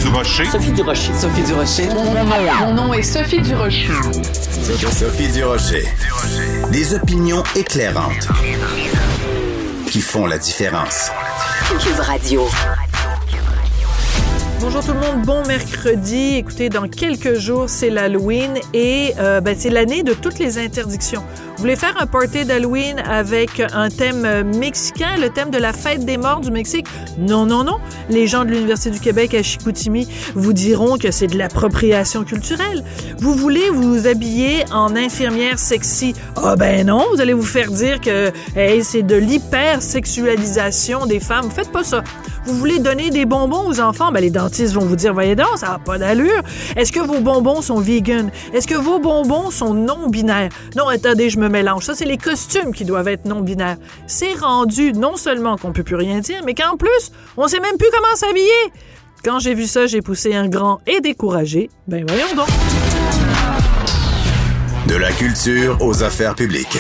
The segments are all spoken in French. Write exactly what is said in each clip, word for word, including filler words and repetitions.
Durocher. Sophie Durocher. Sophie Durocher. Mon nom, mon nom est Sophie Durocher. Sophie Durocher. Des opinions éclairantes qui font la différence. Cube Radio. Bonjour tout le monde, bon mercredi. Écoutez, dans quelques jours, c'est l'Halloween et euh, ben, c'est l'année de toutes les interdictions. Vous voulez faire un party d'Halloween avec un thème mexicain, le thème de la fête des morts du Mexique? Non, non, non. Les gens de l'Université du Québec à Chicoutimi vous diront que c'est de l'appropriation culturelle. Vous voulez vous habiller en infirmière sexy? Ah ben non, vous allez vous faire dire que hey, c'est de l'hypersexualisation des femmes. Vous faites pas ça. Vous voulez donner des bonbons aux enfants? Ben les dentistes vont vous dire, voyez donc, ça n'a pas d'allure. Est-ce que vos bonbons sont vegan? Est-ce que vos bonbons sont non-binaires? Non, attendez, je me mélange. Ça, c'est les costumes qui doivent être non-binaires. C'est rendu non seulement qu'on peut plus rien dire, mais qu'en plus, on sait même plus comment s'habiller. Quand j'ai vu ça, j'ai poussé un grand et découragé. Ben voyons donc. De la culture aux affaires publiques.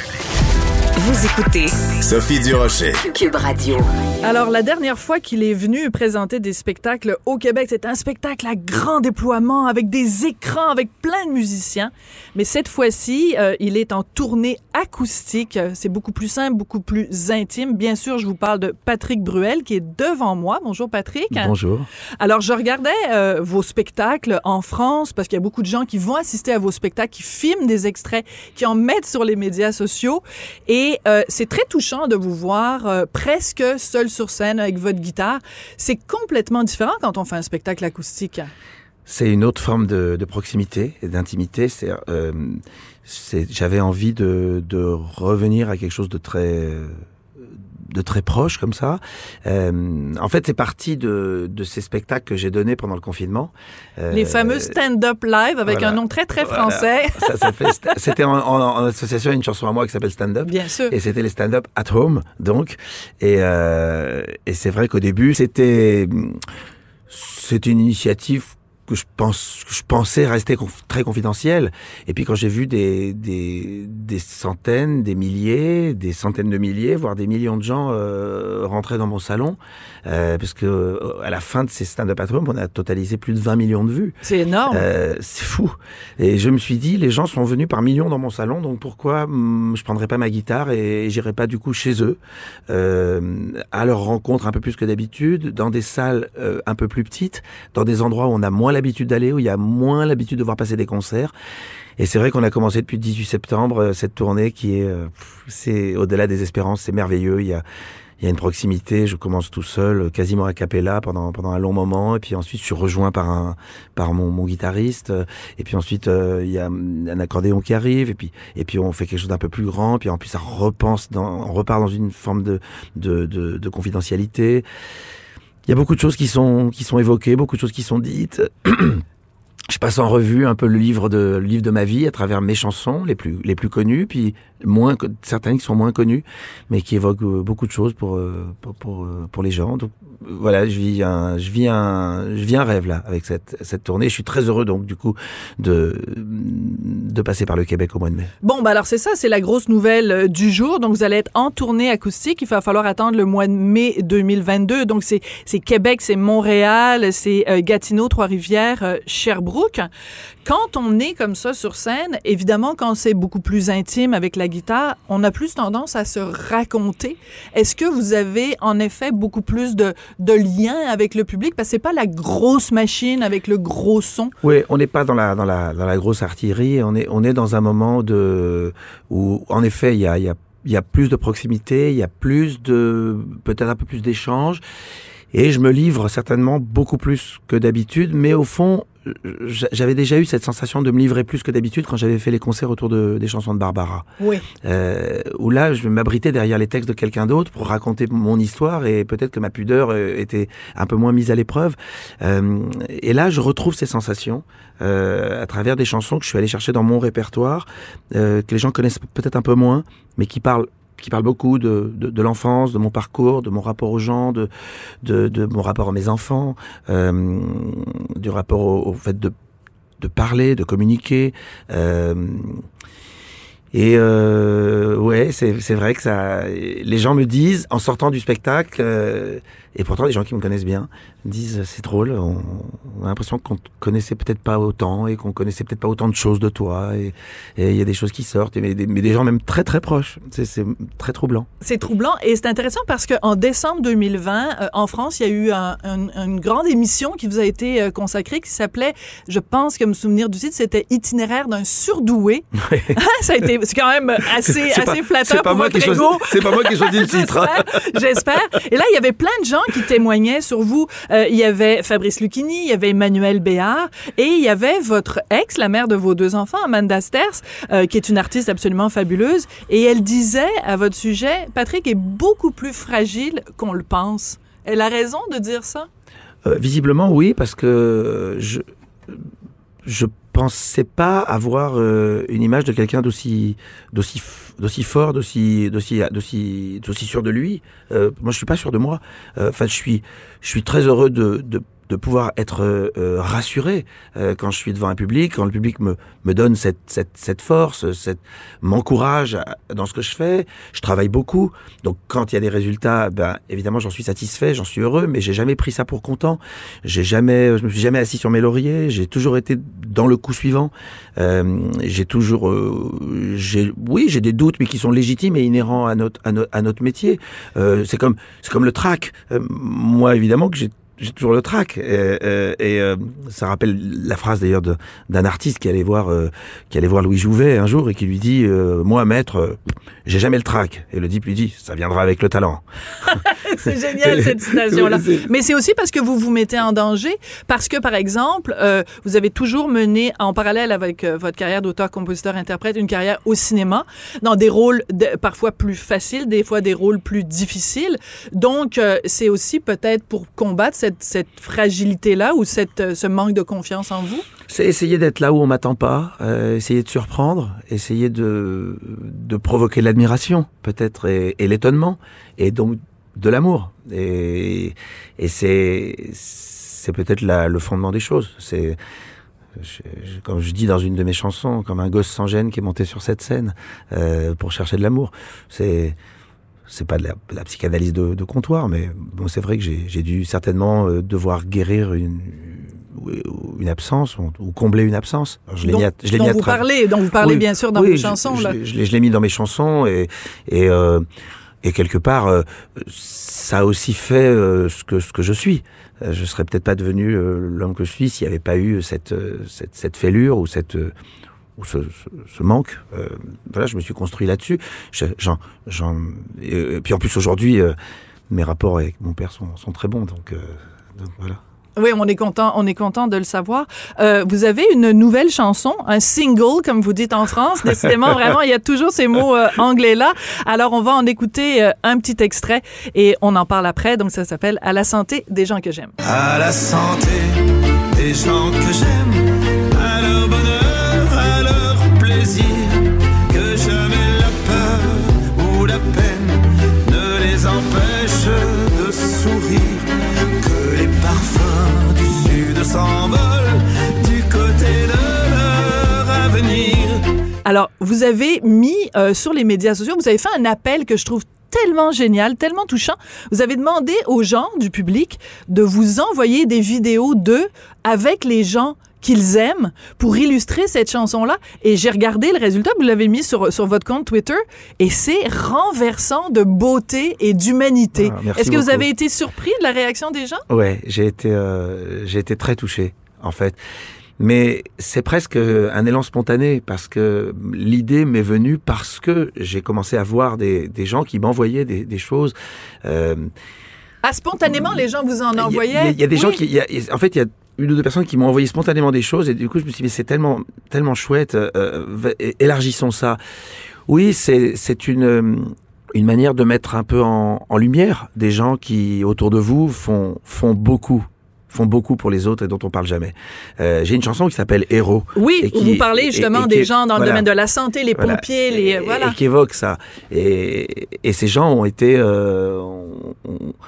Vous écoutez Sophie Durocher. Cube Radio. Alors, la dernière fois qu'il est venu présenter des spectacles au Québec, c'était un spectacle à grand déploiement avec des écrans, avec plein de musiciens. Mais cette fois-ci, euh, il est en tournée acoustique. C'est beaucoup plus simple, beaucoup plus intime. Bien sûr, je vous parle de Patrick Bruel qui est devant moi. Bonjour Patrick. Bonjour. Alors, je regardais euh, vos spectacles en France parce qu'il y a beaucoup de gens qui vont assister à vos spectacles, qui filment des extraits, qui en mettent sur les médias sociaux. Et euh, c'est très touchant de vous voir euh, presque seul sur scène avec votre guitare. C'est complètement différent quand on fait un spectacle acoustique. C'est une autre forme de, de proximité et d'intimité. C'est, euh, c'est, j'avais envie de, de revenir à quelque chose de très, de très proche comme ça. Euh, en fait, c'est parti de, de ces spectacles que j'ai donnés pendant le confinement. Euh, Les fameux stand-up live avec voilà. un nom très très français. Voilà. Ça, ça fait, c'était en, en, en association à une chanson à moi qui s'appelle Stand Up. Bien sûr. Et c'était les stand-up at home, donc. Et, euh, et c'est vrai qu'au début, c'était, c'était une initiative que je pense, que je pensais rester conf, très confidentielle. Et puis quand j'ai vu des, des, des centaines, des milliers, des centaines de milliers, voire des millions de gens euh, rentrer dans mon salon, euh, parce que à la fin de ces stand-up at home, on a totalisé plus de vingt millions de vues. C'est énorme. Euh, c'est fou. Et je me suis dit, les gens sont venus par millions dans mon salon, donc pourquoi hum, je prendrais pas ma guitare et, et j'irais pas du coup chez eux, euh, à leur rencontre un peu plus que d'habitude, dans des salles euh, un peu plus petites, dans des endroits où on a moins l'habitude d'aller, où il y a moins l'habitude de voir passer des concerts. Et c'est vrai qu'on a commencé depuis le dix-huit septembre cette tournée qui est, c'est au-delà des espérances, c'est merveilleux. Il y a, il y a une proximité. Je commence tout seul, quasiment a cappella pendant pendant un long moment, et puis ensuite je suis rejoint par un par mon, mon guitariste. Et puis ensuite euh, il y a un accordéon qui arrive, et puis et puis on fait quelque chose d'un peu plus grand. Puis en plus ça repense dans, on repart dans une forme de de de, de confidentialité. Il y a beaucoup de choses qui sont qui sont évoquées, beaucoup de choses qui sont dites. Je passe en revue un peu le livre de le livre de ma vie à travers mes chansons les plus les plus connues, puis moins certaines qui sont moins connues, mais qui évoquent beaucoup de choses pour pour pour, pour les gens. Donc voilà, je vis un je vis un je vis un rêve là avec cette cette tournée. Je suis très heureux donc du coup de de passer par le Québec au mois de mai. Bon, ben alors c'est ça, c'est la grosse nouvelle du jour. Donc vous allez être en tournée acoustique. Il va falloir attendre le mois de mai deux mille vingt-deux. Donc c'est c'est Québec, c'est Montréal, c'est euh, Gatineau, Trois-Rivières, euh, Sherbrooke. Quand on est comme ça sur scène, évidemment, quand c'est beaucoup plus intime avec la guitare, on a plus tendance à se raconter. Est-ce que vous avez en effet beaucoup plus de, de liens avec le public? Parce que c'est pas la grosse machine avec le gros son. Oui, on n'est pas dans la, dans la, dans la grosse artillerie. On est, on est dans un moment de, où, en effet, il y a, il y a, il y a plus de proximité, il y a plus de, peut-être un peu plus d'échanges. Et je me livre certainement beaucoup plus que d'habitude, mais au fond, j'avais déjà eu cette sensation de me livrer plus que d'habitude quand j'avais fait les concerts autour de, des chansons de Barbara. Oui. Euh, où là, je m'abritais derrière les textes de quelqu'un d'autre pour raconter mon histoire, et peut-être que ma pudeur était un peu moins mise à l'épreuve. Euh, et là, je retrouve ces sensations euh, à travers des chansons que je suis allé chercher dans mon répertoire, euh, que les gens connaissent peut-être un peu moins, mais qui parlent qui parle beaucoup de, de, de l'enfance, de mon parcours, de mon rapport aux gens, de, de, de mon rapport à mes enfants, euh, du rapport au, au fait de, de parler, de communiquer. Euh, et euh, ouais, c'est, c'est vrai que ça. Les gens me disent, en sortant du spectacle, euh, Et pourtant, les gens qui me connaissent bien disent c'est drôle, on, on a l'impression qu'on te connaissait peut-être pas autant et qu'on connaissait peut-être pas autant de choses de toi. Et il y a des choses qui sortent, mais des, mais des gens même très très proches. C'est, c'est très troublant. C'est troublant et c'est intéressant parce qu'en décembre deux mille vingt, euh, en France, il y a eu un, un, une grande émission qui vous a été euh, consacrée qui s'appelait, je pense que me souvenir du titre, c'était Itinéraire d'un surdoué. Oui. Ça a été, c'est quand même assez, c'est assez pas, flatteur pour votre ego. Choisi, c'est pas moi qui ai choisi le titre. J'espère, j'espère. Et là, il y avait plein de gens qui témoignaient sur vous. Euh, il y avait Fabrice Lucchini, il y avait Emmanuel Béard et il y avait votre ex, la mère de vos deux enfants, Amanda Sterz, euh, qui est une artiste absolument fabuleuse. Et elle disait à votre sujet, Patrick est beaucoup plus fragile qu'on le pense. Elle a raison de dire ça? Euh, visiblement, oui, parce que je je pensais pas avoir euh, une image de quelqu'un d'aussi d'aussi d'aussi fort, d'aussi d'aussi d'aussi d'aussi sûr de lui. Euh, moi, je suis pas sûr de moi. Enfin, euh, je suis je suis très heureux de de de pouvoir être euh, rassuré euh, quand je suis devant un public, quand le public me me donne cette cette cette force, cette m'encourage dans ce que je fais. Je travaille beaucoup, donc quand il y a des résultats, ben évidemment j'en suis satisfait, j'en suis heureux, mais j'ai jamais pris ça pour content. J'ai jamais, je me suis jamais assis sur mes lauriers. J'ai toujours été dans le coup suivant. Euh, j'ai toujours, euh, j'ai, oui, j'ai des doutes, mais qui sont légitimes et inhérents à notre à notre à notre métier. Euh, c'est comme c'est comme le trac. Euh, moi évidemment que j'ai J'ai toujours le trac et, et, et euh, ça rappelle la phrase d'ailleurs de, d'un artiste qui allait voir euh, qui allait voir Louis Jouvet un jour et qui lui dit euh, moi maître euh, j'ai jamais le trac et le type lui dit ça viendra avec le talent. C'est génial cette citation là. Mais c'est aussi parce que vous vous mettez en danger parce que par exemple euh, vous avez toujours mené en parallèle avec euh, votre carrière d'auteur, compositeur, interprète une carrière au cinéma dans des rôles de, parfois plus faciles, des fois des rôles plus difficiles. Donc euh, c'est aussi peut-être pour combattre cette Cette, cette fragilité-là ou cette, ce manque de confiance en vous? C'est essayer d'être là où on m'attend pas, euh, essayer de surprendre, essayer de, de provoquer l'admiration, peut-être, et, et l'étonnement, et donc de l'amour. Et, et c'est, c'est peut-être la, le fondement des choses. C'est, je, je, comme je dis dans une de mes chansons, comme un gosse sans gêne qui est monté sur cette scène euh, pour chercher de l'amour. C'est... C'est pas de la, de la psychanalyse de, de comptoir, mais bon, c'est vrai que j'ai, j'ai dû certainement euh, devoir guérir une, une absence ou, ou combler une absence. Alors, je l'ai dont, mis à, je l'ai dont mis à vous tra- parlez, dont vous parlez oui, bien sûr dans oui, vos je, chansons. Je, là. Je, je, l'ai, je l'ai mis dans mes chansons et et euh, et quelque part euh, ça a aussi fait euh, ce que ce que je suis. Euh, je serais peut-être pas devenu euh, l'homme que je suis s'il n'y avait pas eu cette euh, cette, cette fêlure ou cette euh, ou ce, ce, ce manque. Euh, voilà, je me suis construit là-dessus. Je, j'en, j'en, et, et puis en plus aujourd'hui, euh, mes rapports avec mon père sont, sont très bons, donc, euh, donc voilà. Oui, on est content, on est content de le savoir. Euh, vous avez une nouvelle chanson, un single, comme vous dites en France. Décidément, vraiment, il y a toujours ces mots euh, anglais-là. Alors, on va en écouter euh, un petit extrait et on en parle après. Donc, ça s'appelle « À la santé des gens que j'aime ». À la santé des gens que j'aime, à leur bonheur, à leur plaisir, que jamais la peur ou la peine ne les empêche de sourire, que les parfums du sud s'envolent du côté de leur avenir. Alors, vous avez mis euh, sur les médias sociaux, vous avez fait un appel que je trouve tellement génial, tellement touchant. Vous avez demandé aux gens du public de vous envoyer des vidéos d'eux avec les gens qu'ils aiment pour illustrer cette chanson-là. Et j'ai regardé le résultat, vous l'avez mis sur, sur votre compte Twitter, et c'est renversant de beauté et d'humanité. Ah, merci Est-ce que beaucoup. vous avez été surpris de la réaction des gens? Ouais, j'ai été, euh, j'ai été très touché, en fait. Mais c'est presque un élan spontané parce que l'idée m'est venue parce que j'ai commencé à voir des, des gens qui m'envoyaient des, des choses. Euh, ah, spontanément, les gens vous en envoyaient? Il y, y, y a des oui. gens qui... Y a, en fait, il y a une ou deux personnes qui m'ont envoyé spontanément des choses et du coup, je me suis dit, mais c'est tellement, tellement chouette, euh, élargissons ça. Oui, c'est, c'est une... une manière de mettre un peu en, en lumière des gens qui, autour de vous, font, font beaucoup. font beaucoup pour les autres et dont on parle jamais. Euh, j'ai une chanson qui s'appelle Héros. Oui, et qui, vous parlez justement et, et des qui, gens dans voilà, le domaine de la santé, les voilà, pompiers, les et, voilà. Et qui évoque ça. Et, et ces gens ont été, euh, ont,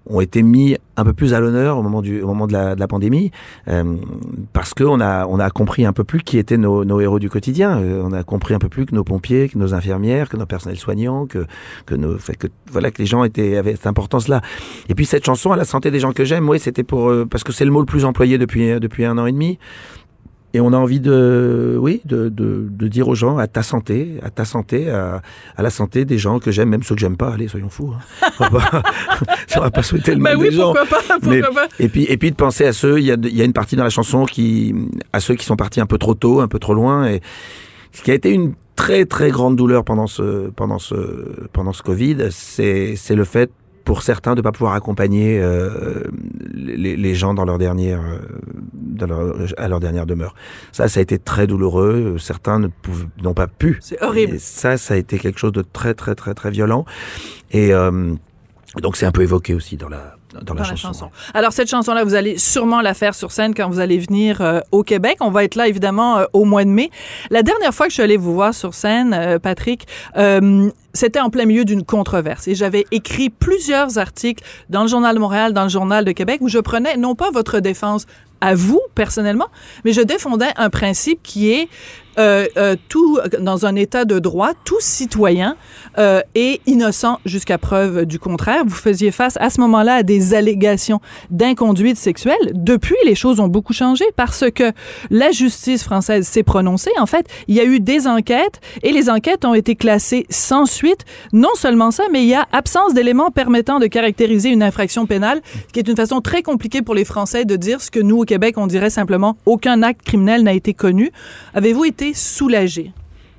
ont été mis un peu plus à l'honneur au moment du au moment de la, de la pandémie, euh, parce que on a on a compris un peu plus qui étaient nos, nos héros du quotidien. Euh, on a compris un peu plus que nos pompiers, que nos infirmières, que nos personnels soignants, que que nos fait que voilà que les gens étaient avaient cette importance-là. Et puis cette chanson à la santé des gens que j'aime, oui, c'était pour euh, parce que c'est le mot le plus employé depuis depuis un an et demi. Et on a envie de, oui, de, de, de dire aux gens, à ta santé, à ta santé, à, à la santé des gens que j'aime, même ceux que j'aime pas. Allez, soyons fous. Hein. On va pas, on va pas souhaiter le mal ben oui, des gens. Pourquoi pas, pourquoi Mais, pas. Et puis, et puis de penser à ceux, il y a, il y a une partie dans la chanson qui, à ceux qui sont partis un peu trop tôt, un peu trop loin, et ce qui a été une très très grande douleur pendant ce, pendant ce, pendant ce Covid, c'est, c'est le fait pour certains de pas pouvoir accompagner euh, les, les gens dans leur dernière euh, dans leur, à leur dernière demeure. Ça, ça a été très douloureux. Certains ne pouvaient, n'ont pas pu. C'est horrible. Et ça, ça a été quelque chose de très très très très violent. Et euh, donc c'est un peu évoqué aussi dans la dans, la, dans chanson. la chanson. Alors cette chanson-là, vous allez sûrement la faire sur scène quand vous allez venir euh, au Québec. On va être là évidemment euh, au mois de mai. La dernière fois que je suis allée vous voir sur scène, euh, Patrick, euh, c'était en plein milieu d'une controverse et j'avais écrit plusieurs articles dans le Journal de Montréal, dans le Journal de Québec où je prenais non pas votre défense à vous personnellement, mais je défendais un principe qui est euh, euh, tout dans un état de droit, tout citoyen euh, est innocent jusqu'à preuve du contraire. Vous faisiez face à ce moment-là à des allégations d'inconduite sexuelle. Depuis, les choses ont beaucoup changé parce que la justice française s'est prononcée. En fait, il y a eu des enquêtes et les enquêtes ont été classées sans suite. Non seulement ça, mais il y a absence d'éléments permettant de caractériser une infraction pénale, ce qui est une façon très compliquée pour les Français de dire ce que nous, au Québec, on dirait simplement aucun acte criminel n'a été connu. Avez-vous été soulagé?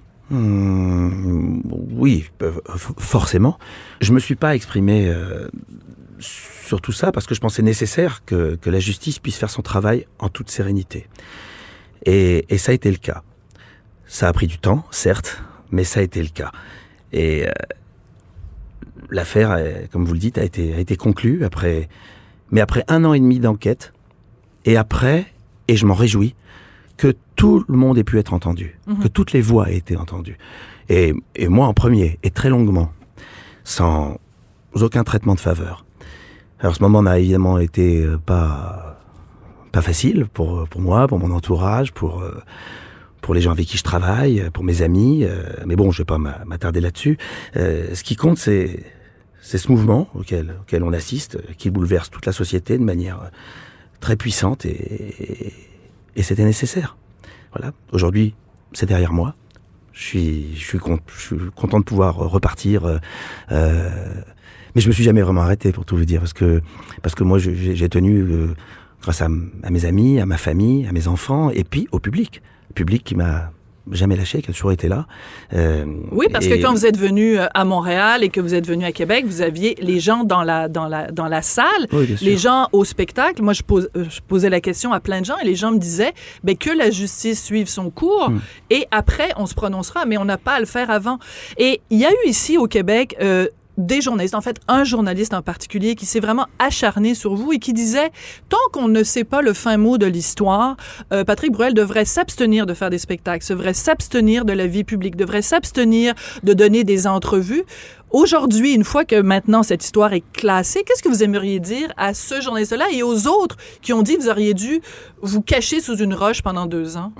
Mmh, oui, forcément. Je me suis pas exprimé euh, sur tout ça parce que je pensais nécessaire que, que la justice puisse faire son travail en toute sérénité. Et, et ça a été le cas. Ça a pris du temps, certes, mais ça a été le cas. Et euh, l'affaire, comme vous le dites, a été, a été conclue après, mais après un an et demi d'enquête. Et après, et je m'en réjouis, que tout le monde ait pu être entendu, mmh. que toutes les voix aient été entendues. Et, et moi en premier, et très longuement, sans aucun traitement de faveur. Alors ce moment n'a évidemment été pas, pas facile pour, pour moi, pour mon entourage, pour, pour les gens avec qui je travaille, pour mes amis. Mais bon, je vais pas m'attarder là-dessus. Euh, ce qui compte, c'est, c'est ce mouvement auquel, auquel on assiste, qui bouleverse toute la société de manière très puissante et, et, et c'était nécessaire. Voilà. Aujourd'hui, c'est derrière moi. Je suis, je suis, con, je suis content de pouvoir repartir. Euh, mais je me suis jamais vraiment arrêté, pour tout vous dire, parce que parce que moi, j'ai, j'ai tenu euh, grâce à, à mes amis, à ma famille, à mes enfants, et puis au public, public qui m'a jamais lâché, qui a toujours été là. Euh, oui, parce et... que quand vous êtes venu à Montréal et que vous êtes venu à Québec, vous aviez les gens dans la dans la dans la salle, oui, les gens au spectacle. Moi, je, pose, je posais la question à plein de gens et les gens me disaient ben, que la justice suive son cours hum. et après, on se prononcera, mais on n'a pas à le faire avant. Et il y a eu ici au Québec euh, des journalistes, en fait, un journaliste en particulier qui s'est vraiment acharné sur vous et qui disait, tant qu'on ne sait pas le fin mot de l'histoire, euh, Patrick Bruel devrait s'abstenir de faire des spectacles, devrait s'abstenir de la vie publique, devrait s'abstenir de donner des entrevues. Aujourd'hui, une fois que maintenant cette histoire est classée, qu'est-ce que vous aimeriez dire à ce journaliste-là et aux autres qui ont dit que vous auriez dû vous cacher sous une roche pendant deux ans?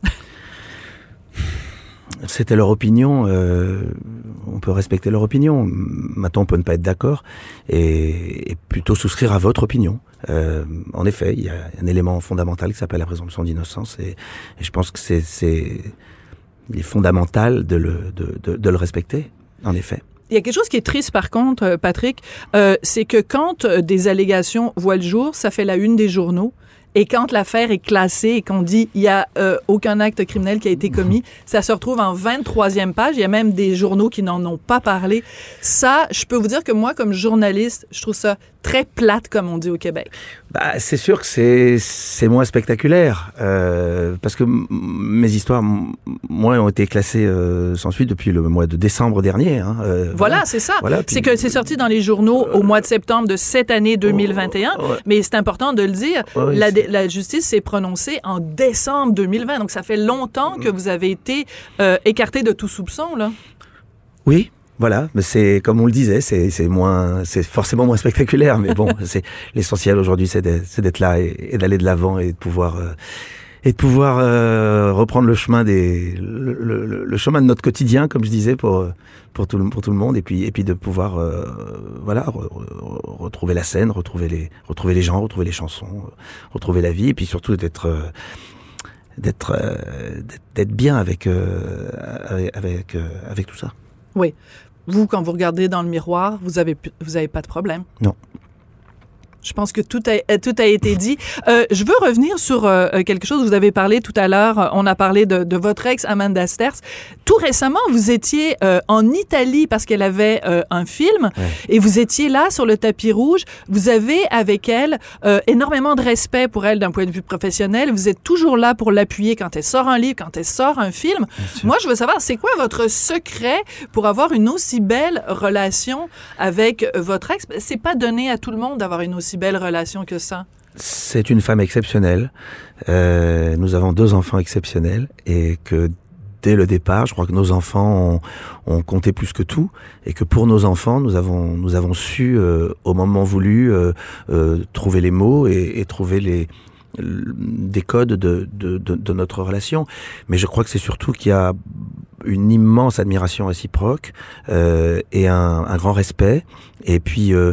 C'était leur opinion, euh, on peut respecter leur opinion. Maintenant, on peut ne pas être d'accord et, et plutôt souscrire à votre opinion. Euh, en effet, il y a un élément fondamental qui s'appelle la présomption d'innocence et, et je pense que c'est, c'est il est fondamental de le, de, de, de le respecter, en effet. Il y a quelque chose qui est triste, par contre, Patrick, euh, c'est que quand des allégations voient le jour, ça fait la une des journaux. Et quand l'affaire est classée et qu'on dit il y a euh, aucun acte criminel qui a été commis, ça se retrouve en vingt-troisième page. Il y a même des journaux qui n'en ont pas parlé. Ça, je peux vous dire que moi, comme journaliste, je trouve ça très plate, comme on dit au Québec. Bah, c'est sûr que c'est, c'est moins spectaculaire. Euh, parce que m- mes histoires, m- moi, ont été classées euh, sans suite depuis le mois de décembre dernier. Hein, euh, voilà, voilà, c'est ça. Voilà, puis, c'est que c'est sorti dans les journaux euh, au mois de septembre de cette année deux mille vingt et un. Euh, ouais. Mais c'est important de le dire. Ouais, la, la justice s'est prononcée en décembre deux mille vingt. Donc, ça fait longtemps que vous avez été euh, écarté de tout soupçon, là. Oui. Voilà, mais c'est comme on le disait, c'est c'est moins, c'est forcément moins spectaculaire, mais bon, c'est l'essentiel aujourd'hui, c'est d'être, c'est d'être là et, et d'aller de l'avant et de pouvoir euh, et de pouvoir euh, reprendre le chemin des le, le, le chemin de notre quotidien, comme je disais, pour pour tout le pour tout le monde, et puis et puis de pouvoir euh, voilà re, re, retrouver la scène, retrouver les retrouver les gens, retrouver les chansons, retrouver la vie, et puis surtout d'être euh, d'être euh, d'être bien avec euh, avec euh, avec tout ça. Oui. Vous, quand vous regardez dans le miroir, vous avez vous avez pas de problème. Non. Je pense que tout a, tout a été dit. Euh, je veux revenir sur euh, quelque chose. Vous avez parlé tout à l'heure, on a parlé de, de votre ex, Amanda Sterz. Tout récemment, vous étiez euh, en Italie parce qu'elle avait euh, un film, ouais. Et vous étiez là sur le tapis rouge. Vous avez avec elle euh, énormément de respect pour elle d'un point de vue professionnel. Vous êtes toujours là pour l'appuyer quand elle sort un livre, quand elle sort un film. Moi, je veux savoir, c'est quoi votre secret pour avoir une aussi belle relation avec votre ex? C'est pas donné à tout le monde d'avoir une aussi belle relation que ça. C'est une femme exceptionnelle. Euh, nous avons deux enfants exceptionnels et que dès le départ, je crois que nos enfants ont, ont compté plus que tout et que pour nos enfants, nous avons nous avons su euh, au moment voulu euh, euh, trouver les mots et, et trouver les des codes de, de, de, de notre relation. Mais je crois que c'est surtout qu'il y a une immense admiration réciproque euh, et un, un grand respect. Et puis euh,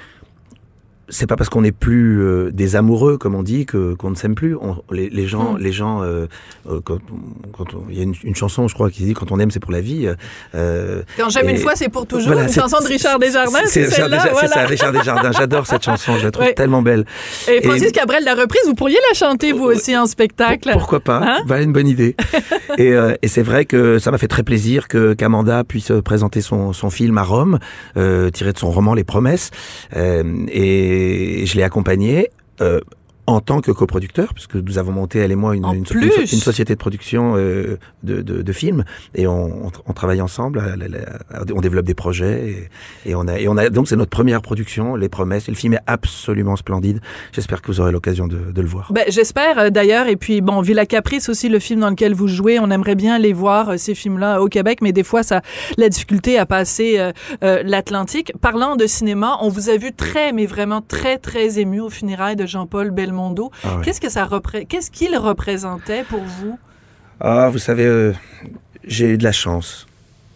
c'est pas parce qu'on n'est plus euh, des amoureux, comme on dit, que qu'on ne s'aime plus. On, les, les gens, mmh. les gens, euh, euh, quand, quand il y a une, une chanson, je crois, qui dit quand on aime, c'est pour la vie. Euh, quand j'aime une fois, c'est pour toujours. Voilà, une chanson de Richard Desjardins, c'est, c'est celle-là. Déjà, voilà. C'est ça, Richard Desjardins. J'adore cette chanson, je la trouve oui. tellement belle. Et Francis et, Cabrel l'a reprise. Vous pourriez la chanter vous aussi en spectacle. Pourquoi pas hein? Voilà une bonne idée. et, euh, et c'est vrai que ça m'a fait très plaisir que qu'Amanda puisse présenter son son film à Rome, euh, tiré de son roman Les Promesses, euh, et je l'ai accompagné euh, en tant que coproducteur, puisque nous avons monté, elle et moi, une, une, une, une société de production euh, de, de, de films, et on, on, on travaille ensemble, on développe des projets, et, et, on a, et on a donc c'est notre première production, Les Promesses, et le film est absolument splendide. J'espère que vous aurez l'occasion de, de le voir. Ben, j'espère d'ailleurs, et puis bon, Villa Caprice aussi, le film dans lequel vous jouez, on aimerait bien les voir, ces films-là, au Québec, mais des fois, ça, la difficulté à passer euh, euh, l'Atlantique. Parlant de cinéma, on vous a vu très, mais vraiment très, très ému aux funérailles de Jean-Paul Belmondo. Ah ouais. Qu'est-ce que ça repré... Qu'est-ce qu'il représentait pour vous? Ah, vous savez, euh, j'ai eu de la chance.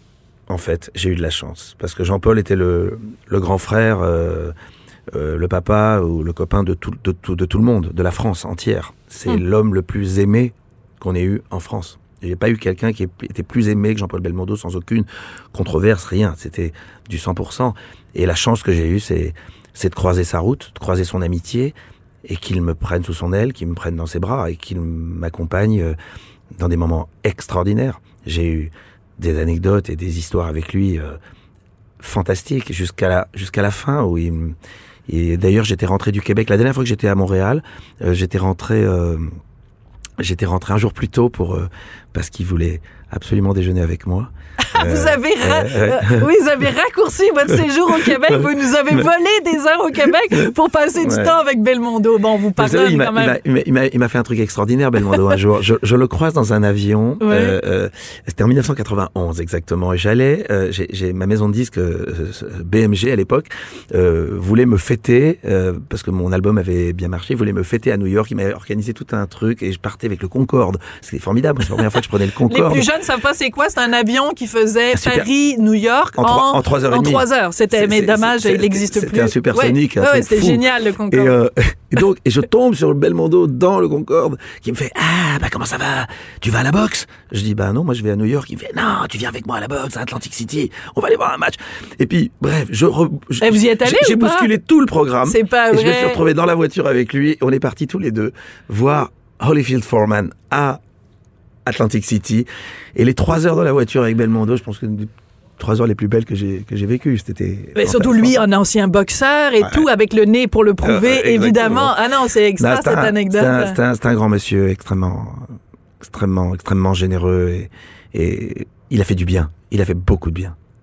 En fait, j'ai eu de la chance parce que Jean-Paul était le le grand frère, euh, euh, le papa ou le copain de tout de tout de tout le monde, de la France entière. C'est hum. l'homme le plus aimé qu'on ait eu en France. J'ai pas eu quelqu'un qui était plus aimé que Jean-Paul Belmondo sans aucune controverse, rien. C'était du cent pour cent. Et la chance que j'ai eue, c'est c'est de croiser sa route, de croiser son amitié. Et qu'il me prenne sous son aile, qu'il me prenne dans ses bras et qu'il m'accompagne dans des moments extraordinaires. J'ai eu des anecdotes et des histoires avec lui euh, fantastiques jusqu'à la jusqu'à la fin où il me... et d'ailleurs j'étais rentré du Québec la dernière fois que j'étais à Montréal, euh, j'étais rentré euh, j'étais rentré un jour plus tôt pour euh, parce qu'il voulait absolument déjeuner avec moi. Euh, vous avez ra- euh, euh, oui, vous avez raccourci votre séjour au Québec. Vous nous avez volé des heures au Québec pour passer du ouais. temps avec Belmondo. Bon, vous pardonne vous savez, quand même. Il m'a, il, m'a, il m'a fait un truc extraordinaire, Belmondo, un jour. Je, je le croise dans un avion. Ouais. Euh, euh, c'était en dix-neuf cent quatre-vingt-onze exactement. Et j'allais, euh, j'ai, j'ai ma maison de disques euh, B M G à l'époque euh, voulait me fêter euh, parce que mon album avait bien marché. Il voulait me fêter à New York. Il m'avait organisé tout un truc et je partais avec le Concorde. C'était formidable. C'est la première fois que je prenais le Concorde. Les plus jeunes savent pas c'est quoi. C'est un avion qui faisait Paris, New York en, en, en trois heures et demie. En trois heures. C'était, c'est, mais c'est, dommage, c'est, il n'existe plus. C'était un supersonique. Ouais, un ouais, c'était fou. Génial, le Concorde. Et, euh, et donc, et je tombe sur le Belmondo dans le Concorde, qui me fait, ah, bah, comment ça va? Tu vas à la boxe? Je dis, bah, non, moi, je vais à New York. Il me fait, non, tu viens avec moi à la boxe, à Atlantic City. On va aller voir un match. Et puis, bref, je, re, je et vous y êtes allé j'ai ou pas? bousculé tout le programme. C'est pas et vrai. Je me suis retrouvé dans la voiture avec lui. On est partis tous les deux voir Holyfield Foreman à Atlantic City. Et les trois heures dans la voiture avec Belmondo, je pense que trois heures les plus belles que j'ai que j'ai vécues. C'était. Mais surtout lui, un ancien boxeur et ouais. tout, avec le nez pour le prouver, euh, évidemment. Ah non, c'est extra non, c'est cette un, anecdote. C'est un, c'est, un, c'est un grand monsieur, extrêmement, extrêmement, extrêmement généreux et, et il a fait du bien. Il a fait beaucoup de bien.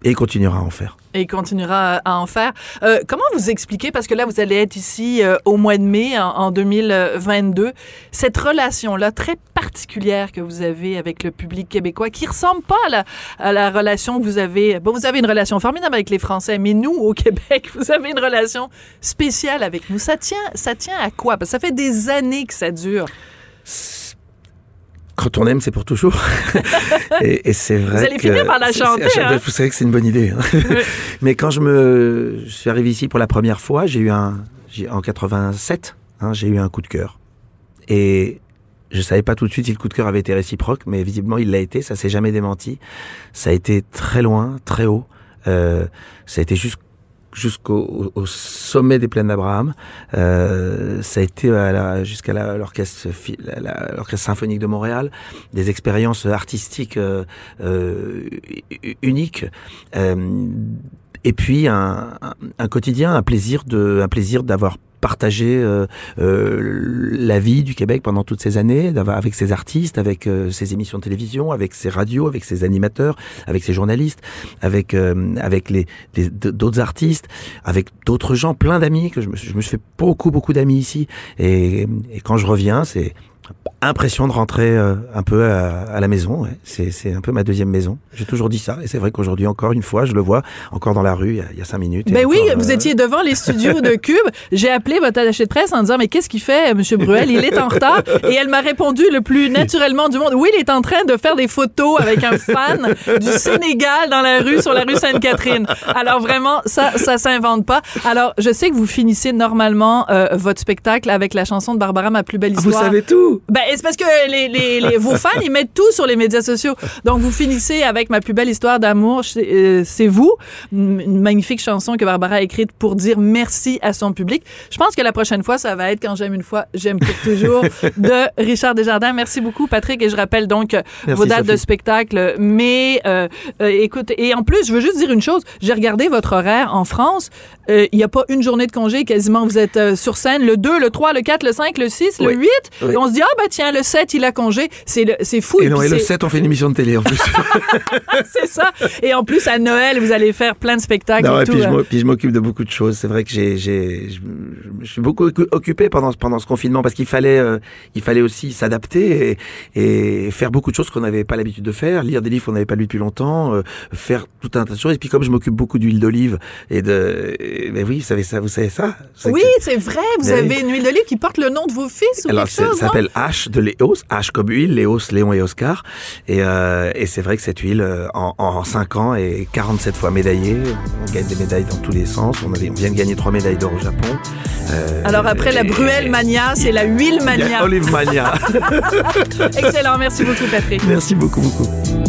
Et il continuera à en faire. Et il continuera à en faire. Euh, comment vous expliquez, parce que là, vous allez être ici euh, au mois de mai, en, en deux mille vingt-deux, cette relation-là très particulière que vous avez avec le public québécois, qui ressemble pas à la, à la relation que vous avez... Bon, vous avez une relation formidable avec les Français, mais nous, au Québec, vous avez une relation spéciale avec nous. Ça tient, ça tient à quoi? Parce que ça fait des années que ça dure. Quand on aime, c'est pour toujours. et, et c'est vrai. Vous allez que finir par la chanter. Hein? Vous savez que c'est une bonne idée. Hein? Oui. Mais quand je me je suis arrivé ici pour la première fois, j'ai eu un, j'ai, en quatre-vingt-sept, hein, j'ai eu un coup de cœur. Et je savais pas tout de suite si le coup de cœur avait été réciproque, mais visiblement il l'a été. Ça s'est jamais démenti. Ça a été très loin, très haut. Euh, ça a été juste jusqu'au au sommet des plaines d'Abraham. Euh, ça a été à la, jusqu'à la, l'orchestre, la, la, l'orchestre symphonique de Montréal, des expériences artistiques euh, euh, uniques. Euh, et puis un, un, un quotidien, un plaisir de, un plaisir d'avoir partagé euh, euh, la vie du Québec pendant toutes ces années, avec ses artistes, avec euh, ses émissions de télévision, avec ses radios, avec ses animateurs, avec ses journalistes, avec euh, avec les, les d'autres artistes, avec d'autres gens, plein d'amis que je me, je me suis fait beaucoup beaucoup d'amis ici. Et, et quand je reviens, c'est impression de rentrer euh, un peu à, à la maison. Ouais. C'est, c'est un peu ma deuxième maison. J'ai toujours dit ça. Et c'est vrai qu'aujourd'hui, encore une fois, je le vois encore dans la rue il y a, il y a cinq minutes. Ben encore, oui, euh... vous étiez devant les studios de Cube. J'ai appelé votre attaché de presse en disant, mais qu'est-ce qu'il fait, M. Bruel? Il est en retard. Et elle m'a répondu le plus naturellement du monde. Oui, il est en train de faire des photos avec un fan du Sénégal dans la rue, sur la rue Sainte-Catherine. Alors vraiment, ça, ça s'invente pas. Alors, je sais que vous finissez normalement euh, votre spectacle avec la chanson de Barbara, Ma plus belle histoire. Vous savez tout? Ben, c'est parce que les, les, les, vos fans, ils mettent tout sur les médias sociaux. Donc, vous finissez avec Ma plus belle histoire d'amour, c'est, euh, c'est vous. Une magnifique chanson que Barbara a écrite pour dire merci à son public. Je pense que la prochaine fois, ça va être Quand j'aime une fois, j'aime pour toujours de Richard Desjardins. Merci beaucoup, Patrick. Et je rappelle donc merci, vos dates Sophie. De spectacle. Mais, euh, euh, écoute, et en plus, je veux juste dire une chose. J'ai regardé votre horaire en France. Il euh, n'y a pas une journée de congé. Quasiment, vous êtes euh, sur scène le deux, le trois, le quatre, le cinq, le six, oui. le huit. Oui. Et on se dit, ah, ben tiens, le sept, il a congé. C'est, le, c'est fou. Et, et non, et le sept, on fait une émission de télé en plus. C'est ça. Et en plus, à Noël, vous allez faire plein de spectacles. Non, et, et tout. Puis, je puis je m'occupe de beaucoup de choses. C'est vrai que j'ai, j'ai, je, je suis beaucoup occupé pendant, pendant ce confinement parce qu'il fallait, euh, il fallait aussi s'adapter et, et faire beaucoup de choses qu'on n'avait pas l'habitude de faire. Lire des livres qu'on n'avait pas lus depuis longtemps, euh, faire tout un tas de choses. Et puis, comme je m'occupe beaucoup d'huile d'olive et de, et, ben oui, vous savez ça, vous savez ça. C'est oui, que, c'est vrai. Vous avez oui. une huile d'olive qui porte le nom de vos fils ou Alors, quelque chose, ça s'appelle H de Léos, H comme huile, Léos, Léon et Oscar. Et, euh, et c'est vrai que cette huile, en, en cinq ans, est quarante-sept fois médaillée. On gagne des médailles dans tous les sens. On, avait, on vient de gagner trois médailles d'or au Japon. Euh, Alors après la Bruel Mania, c'est la huile Mania. Olive Mania. Excellent. Merci beaucoup, Patrick. Merci beaucoup, beaucoup.